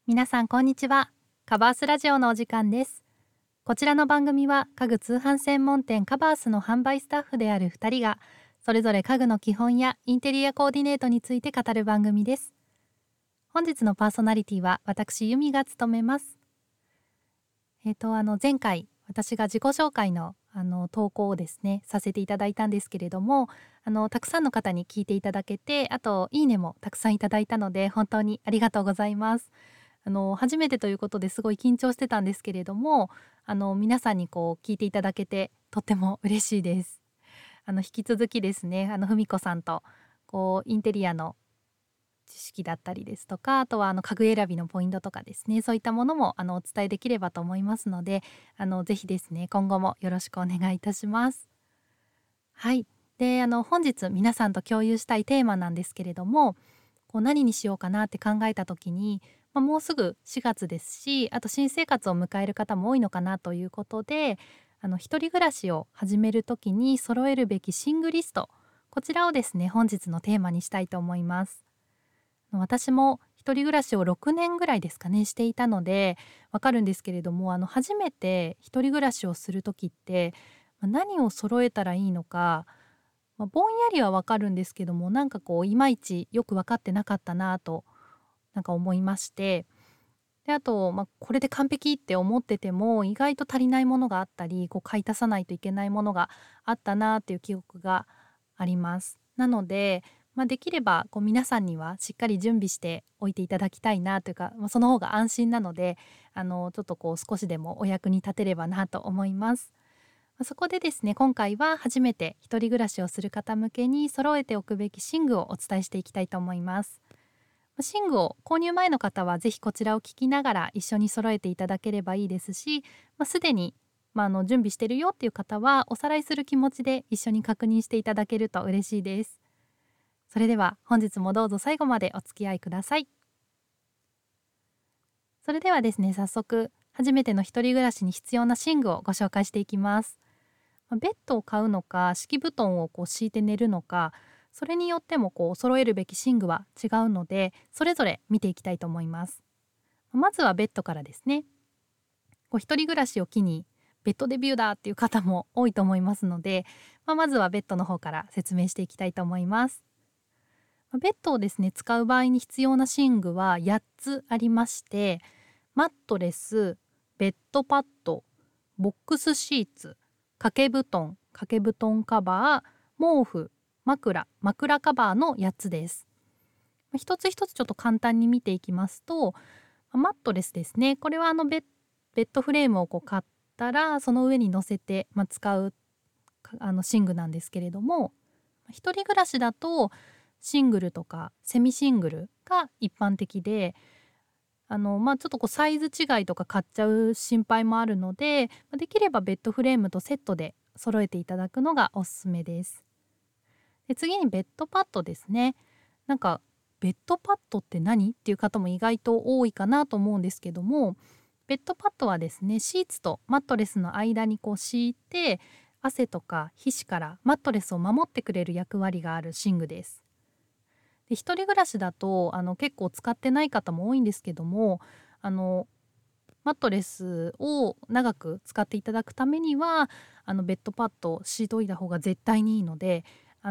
皆さんこんにちは。カバースラジオのお時間です。こちらの番組は家具通販専門店カバースの販売スタッフである2人がそれぞれ家具の基本やインテリアコーディネートについて語る番組です。本日のパーソナリティは私由美が務めます。前回私が自己紹介の投稿をですねさせていただいたんですけれども、たくさんの方に聞いていただけて、あといいねもたくさんいただいたので本当にありがとうございます。初めてということですごい緊張してたんですけれども、皆さんにこう聞いていただけてとっても嬉しいです。引き続きですね、文子さんとこうインテリアの知識だったりですとか、あとは家具選びのポイントとかですね、そういったものもお伝えできればと思いますので、ぜひですね今後もよろしくお願いいたします。はい。で、本日皆さんと共有したいテーマなんですけれども、こう何にしようかなって考えた時に、もうすぐ4月ですし、あと新生活を迎える方も多いのかなということで、一人暮らしを始める時に揃えるべき寝具リスト、こちらをですね本日のテーマにしたいと思います。私も一人暮らしを6年ぐらいですかねしていたのでわかるんですけれども、初めて一人暮らしをする時って何を揃えたらいいのか、ぼんやりはわかるんですけども、なんかこういまいちよく分かってなかったなとなんか思いまして、であと、これで完璧って思ってても意外と足りないものがあったり、こう買い足さないといけないものがあったなっていう記憶があります。なので、できればこう皆さんにはしっかり準備しておいていただきたいなというか、その方が安心なので、ちょっとこう少しでもお役に立てればなと思います。そこでですね、今回は初めて一人暮らしをする方向けに揃えておくべき寝具をお伝えしていきたいと思います。寝具を購入前の方はぜひこちらを聞きながら一緒に揃えていただければいいですし、すでに、準備してるよっていう方はおさらいする気持ちで一緒に確認していただけると嬉しいです。それでは本日もどうぞ最後までお付き合いください。それではですね、早速初めての一人暮らしに必要な寝具をご紹介していきます。ベッドを買うのか敷布団をこう敷いて寝るのか、それによってもこう揃えるべき寝具は違うので、それぞれ見ていきたいと思います。まずはベッドからですね。こう一人暮らしを機にベッドデビューだっていう方も多いと思いますので、まずはベッドの方から説明していきたいと思います。ベッドをですね使う場合に必要な寝具は8つありまして、マットレス、ベッドパッド、ボックスシーツ、掛け布団カバー、毛布、枕カバーの8つです。一つ一つちょっと簡単に見ていきますと、マットレスですね。これはベッドフレームをこう買ったらその上に乗せて、使う寝具なんですけれども、一人暮らしだとシングルとかセミシングルが一般的で、ちょっとこうサイズ違いとか買っちゃう心配もあるので、できればベッドフレームとセットで揃えていただくのがおすすめです。で次にベッドパッドですね。なんかベッドパッドって何っていう方も意外と多いかなと思うんですけども、ベッドパッドはですねシーツとマットレスの間にこう敷いて、汗とか皮脂からマットレスを守ってくれる役割がある寝具です。で一人暮らしだと結構使ってない方も多いんですけども、マットレスを長く使っていただくためにはベッドパッドを敷いといた方が絶対にいいので、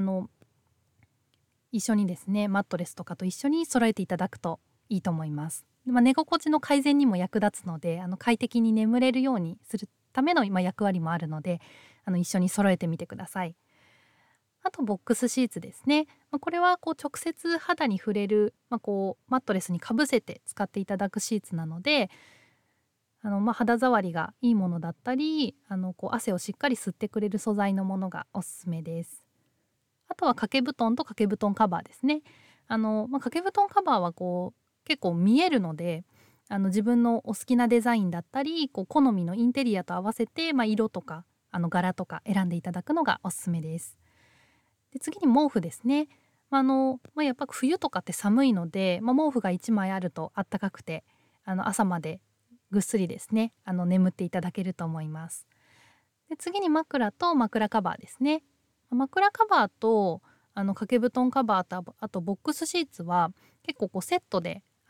一緒にですねマットレスとかと一緒に揃えていただくといいと思います。寝心地の改善にも役立つので、快適に眠れるようにするための役割もあるので、一緒に揃えてみてください。あとボックスシーツですね。これはこう直接肌に触れる、こうマットレスにかぶせて使っていただくシーツなので、肌触りがいいものだったり、こう汗をしっかり吸ってくれる素材のものがおすすめです。あとは掛け布団と掛け布団カバーですね。掛け布団カバーはこう結構見えるので、自分のお好きなデザインだったりこう好みのインテリアと合わせて、色とか柄とか選んでいただくのがおすすめです。で次に毛布ですね。やっぱ冬とかって寒いので、毛布が1枚あるとあったかくて朝までぐっすりですね眠っていただけると思います。で次に枕と枕カバーですね。枕カバーと掛け布団カバーとあとボックスシーツは結構こうセットで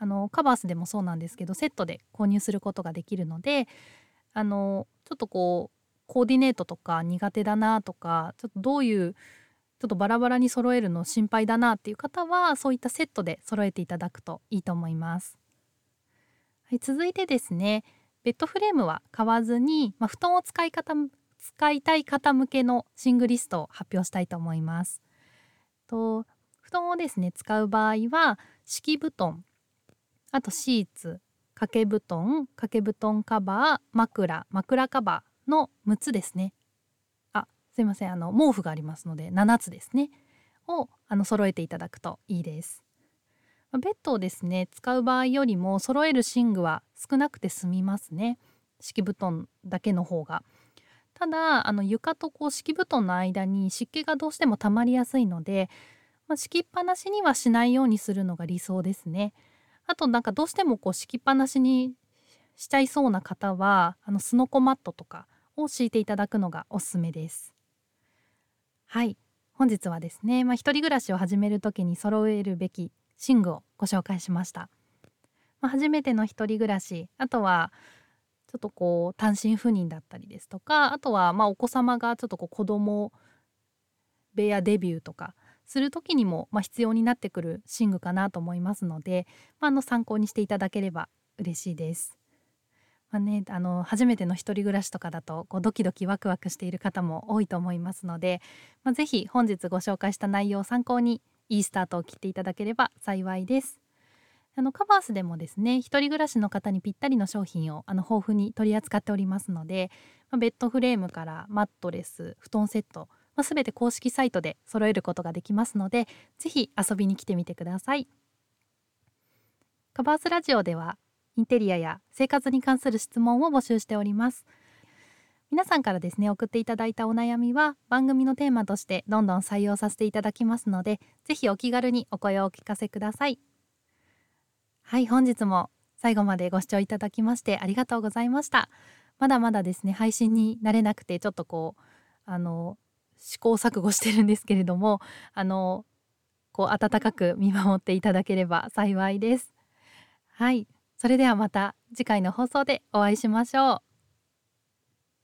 カバースでもそうなんですけどセットで購入することができるので、ちょっとこうコーディネートとか苦手だなとか、ちょっとどういうちょっとバラバラに揃えるの心配だなっていう方はそういったセットで揃えていただくといいと思います。はい、続いてですね、ベッドフレームは買わずに、布団を使いたい方向けの寝具リストを発表したいと思います。布団をですね使う場合は敷布団、あとシーツ、掛け布団カバー、枕カバーの6つですね。すいません、毛布がありますので7つですねを揃えていただくといいです。ベッドをですね使う場合よりも揃える寝具は少なくて済みますね。敷布団だけの方が。ただ床と敷布団の間に湿気がどうしても溜まりやすいので、敷きっぱなしにはしないようにするのが理想ですね。あとなんかどうしても敷きっぱなしにしちゃいそうな方はスノコマットとかを敷いていただくのがおすすめです。はい、本日はですね、一人暮らしを始める時に揃えるべき寝具をご紹介しました。初めての一人暮らし、あとはちょっと単身赴任だったりですとか、あとはお子様がちょっと子供部屋デビューとかする時にも必要になってくる寝具かなと思いますので、参考にしていただければ嬉しいです。初めての一人暮らしとかだとドキドキワクワクしている方も多いと思いますので、ぜひ本日ご紹介した内容を参考にいいスタートを切っていただければ幸いです。カバースでもですね一人暮らしの方にぴったりの商品を豊富に取り扱っておりますので、ベッドフレームからマットレス、布団セット、全て公式サイトで揃えることができますので、ぜひ遊びに来てみてください。カバースラジオではインテリアや生活に関する質問を募集しております。皆さんからですね送っていただいたお悩みは番組のテーマとしてどんどん採用させていただきますので、ぜひお気軽にお声をお聞かせください。はい、本日も最後までご視聴いただきましてありがとうございました。まだまだですね配信に慣れなくてちょっと試行錯誤してるんですけれども、温かく見守っていただければ幸いです。はい、それではまた次回の放送でお会いしましょう。